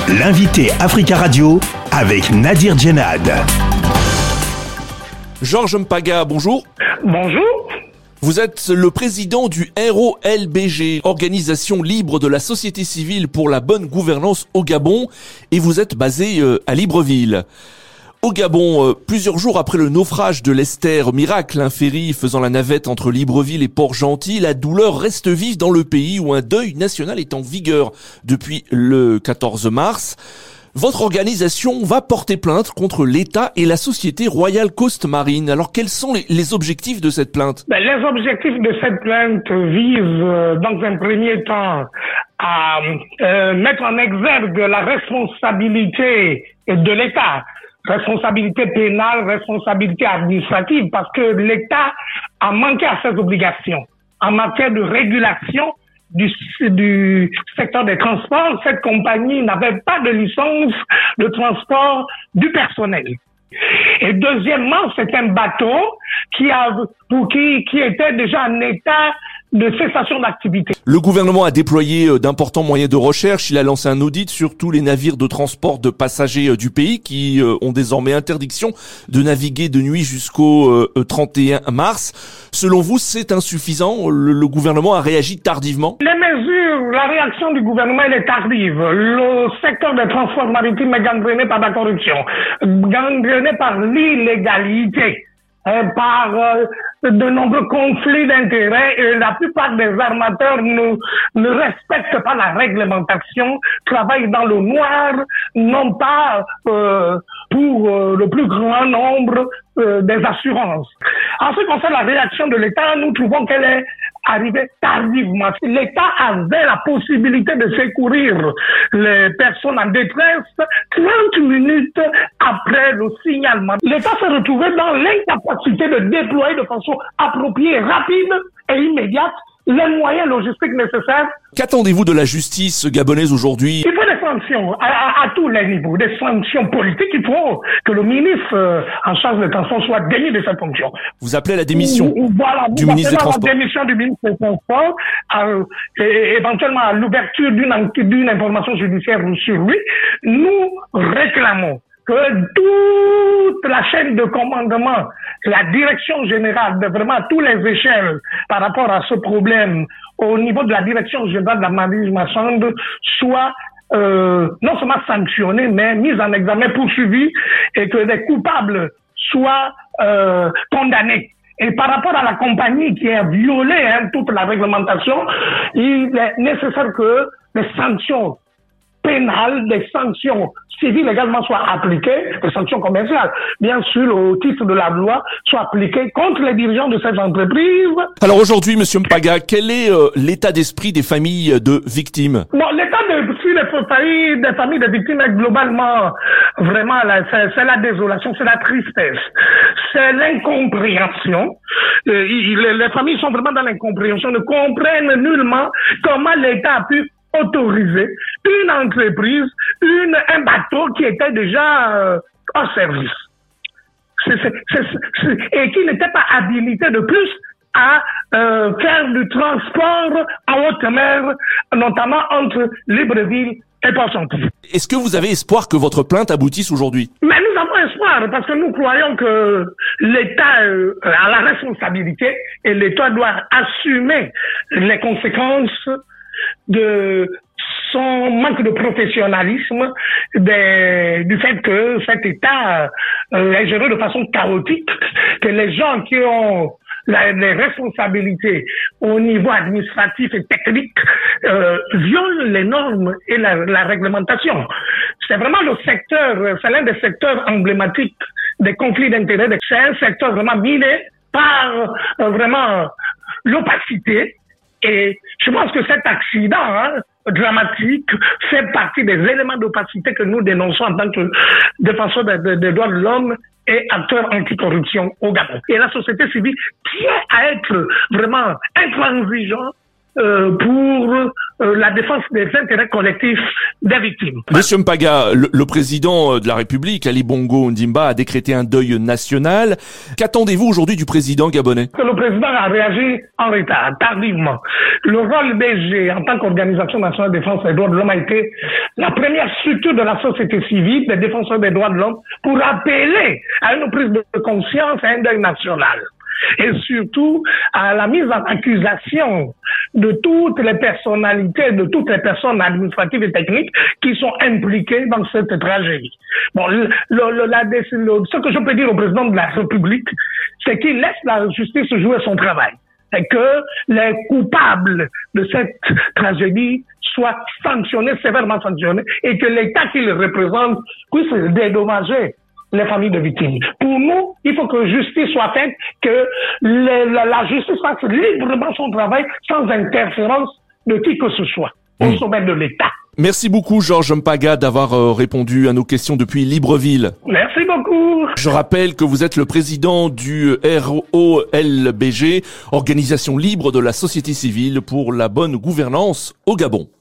L'invité Africa Radio avec Nadir Djenad. Georges Mpaga, bonjour. Bonjour. Vous êtes le président du ROLBG, organisation libre de la société civile pour la bonne gouvernance au Gabon, et vous êtes basé à Libreville. Au Gabon, plusieurs jours après le naufrage de l'Esther Miracle, un ferry faisant la navette entre Libreville et Port-Gentil, la douleur reste vive dans le pays où un deuil national est en vigueur depuis le 14 mars. Votre organisation va porter plainte contre l'État et la société Royal Coast Marine. Alors, quels sont les objectifs de cette plainte? Les objectifs de cette plainte visent, dans un premier temps, à mettre en exergue la responsabilité de l'État. Responsabilité pénale, responsabilité administrative, parce que l'État a manqué à ses obligations en matière de régulation du secteur des transports. Cette compagnie n'avait pas de licence de transport du personnel. Et deuxièmement, c'est un bateau qui était déjà en état de cessation d'activité. Le gouvernement a déployé d'importants moyens de recherche. Il a lancé un audit sur tous les navires de transport de passagers du pays qui ont désormais interdiction de naviguer de nuit jusqu'au 31 mars. Selon vous, c'est insuffisant? Le gouvernement a réagi tardivement? Les mesures, la réaction du gouvernement, elle est tardive. Le secteur des transports maritimes est gangréné par la corruption, gangréné par l'illégalité, par de nombreux conflits d'intérêts, et la plupart des armateurs ne respectent pas la réglementation, travaillent dans le noir, non pas pour le plus grand nombre des assurances. En ce qui concerne la réaction de l'État, nous trouvons qu'elle est arrivée tardivement. L'État avait la possibilité de secourir les personnes en détresse 30 minutes après le signalement. L'État s'est retrouvé dans l'incapacité de déployer de façon appropriée, rapide et immédiate les moyens logistiques nécessaires. Qu'attendez-vous de la justice gabonaise aujourd'hui? Il faut des sanctions à tous les niveaux, des sanctions politiques. Il faut que le ministre en charge des transports soit démis de cette fonction. Vous appelez à la démission du ministre des Transports? La démission du ministre des Transports, et éventuellement à l'ouverture d'une information judiciaire sur lui. Nous réclamons que toute la chaîne de commandement, la direction générale, vraiment à tous les échelles par rapport à ce problème, au niveau de la direction générale de la marine marchande, soit non seulement sanctionnée, mais mise en examen, poursuivie, et que les coupables soient condamnés. Et par rapport à la compagnie qui a violé toute la réglementation, il est nécessaire que les sanctions pénales, des sanctions civiles également soient appliquées, des sanctions commerciales, bien sûr, au titre de la loi, soient appliquées contre les dirigeants de ces entreprises. Alors aujourd'hui, Monsieur Mpaga, quel est l'état d'esprit des familles de victimes? Bon, l'état d'esprit des familles de victimes est globalement, vraiment, c'est la désolation, c'est la tristesse, c'est l'incompréhension. Les familles sont vraiment dans l'incompréhension, ne comprennent nullement comment l'État a pu autoriser une entreprise, un bateau qui était déjà en service. Et qui n'était pas habilité de plus à faire du transport en haute mer, notamment entre Libreville et Port-Gentil. Est-ce que vous avez espoir que votre plainte aboutisse aujourd'hui? Mais nous avons espoir, parce que nous croyons que l'État a la responsabilité et l'État doit assumer les conséquences de son manque de professionnalisme, du fait que cet État est géré de façon chaotique, que les gens qui ont les responsabilités au niveau administratif et technique violent les normes et la réglementation. C'est vraiment c'est l'un des secteurs emblématiques des conflits d'intérêts. C'est un secteur vraiment miné par vraiment l'opacité. Et je pense que cet accident dramatique fait partie des éléments d'opacité que nous dénonçons en tant que défenseurs des droits de l'homme et acteurs anticorruption au Gabon. Et la société civile tient à être vraiment intransigeante pour la défense des intérêts collectifs des victimes. Monsieur Mpaga, le président de la République, Ali Bongo Ondimba, a décrété un deuil national. Qu'attendez-vous aujourd'hui du président gabonais? Que le président a réagi en retard, tardivement. Le ROLBG, en tant qu'organisation nationale de défense des droits de l'homme, a été la première structure de la société civile, des défenseurs des droits de l'homme, pour appeler à une prise de conscience, à un deuil national. Et surtout à la mise en accusation de toutes les personnalités, de toutes les personnes administratives et techniques qui sont impliquées dans cette tragédie. Bon, ce que je peux dire au président de la République, c'est qu'il laisse la justice jouer son travail et que les coupables de cette tragédie soient sanctionnés, sévèrement sanctionnés, et que l'État qu'il représente puisse dédommager les familles de victimes. Pour nous, il faut que justice soit faite, que la justice fasse librement son travail sans interférence de qui que ce soit au sommet de l'État. Merci beaucoup Georges Mpaga d'avoir répondu à nos questions depuis Libreville. Merci beaucoup. Je rappelle que vous êtes le président du ROLBG, organisation libre de la société civile pour la bonne gouvernance au Gabon.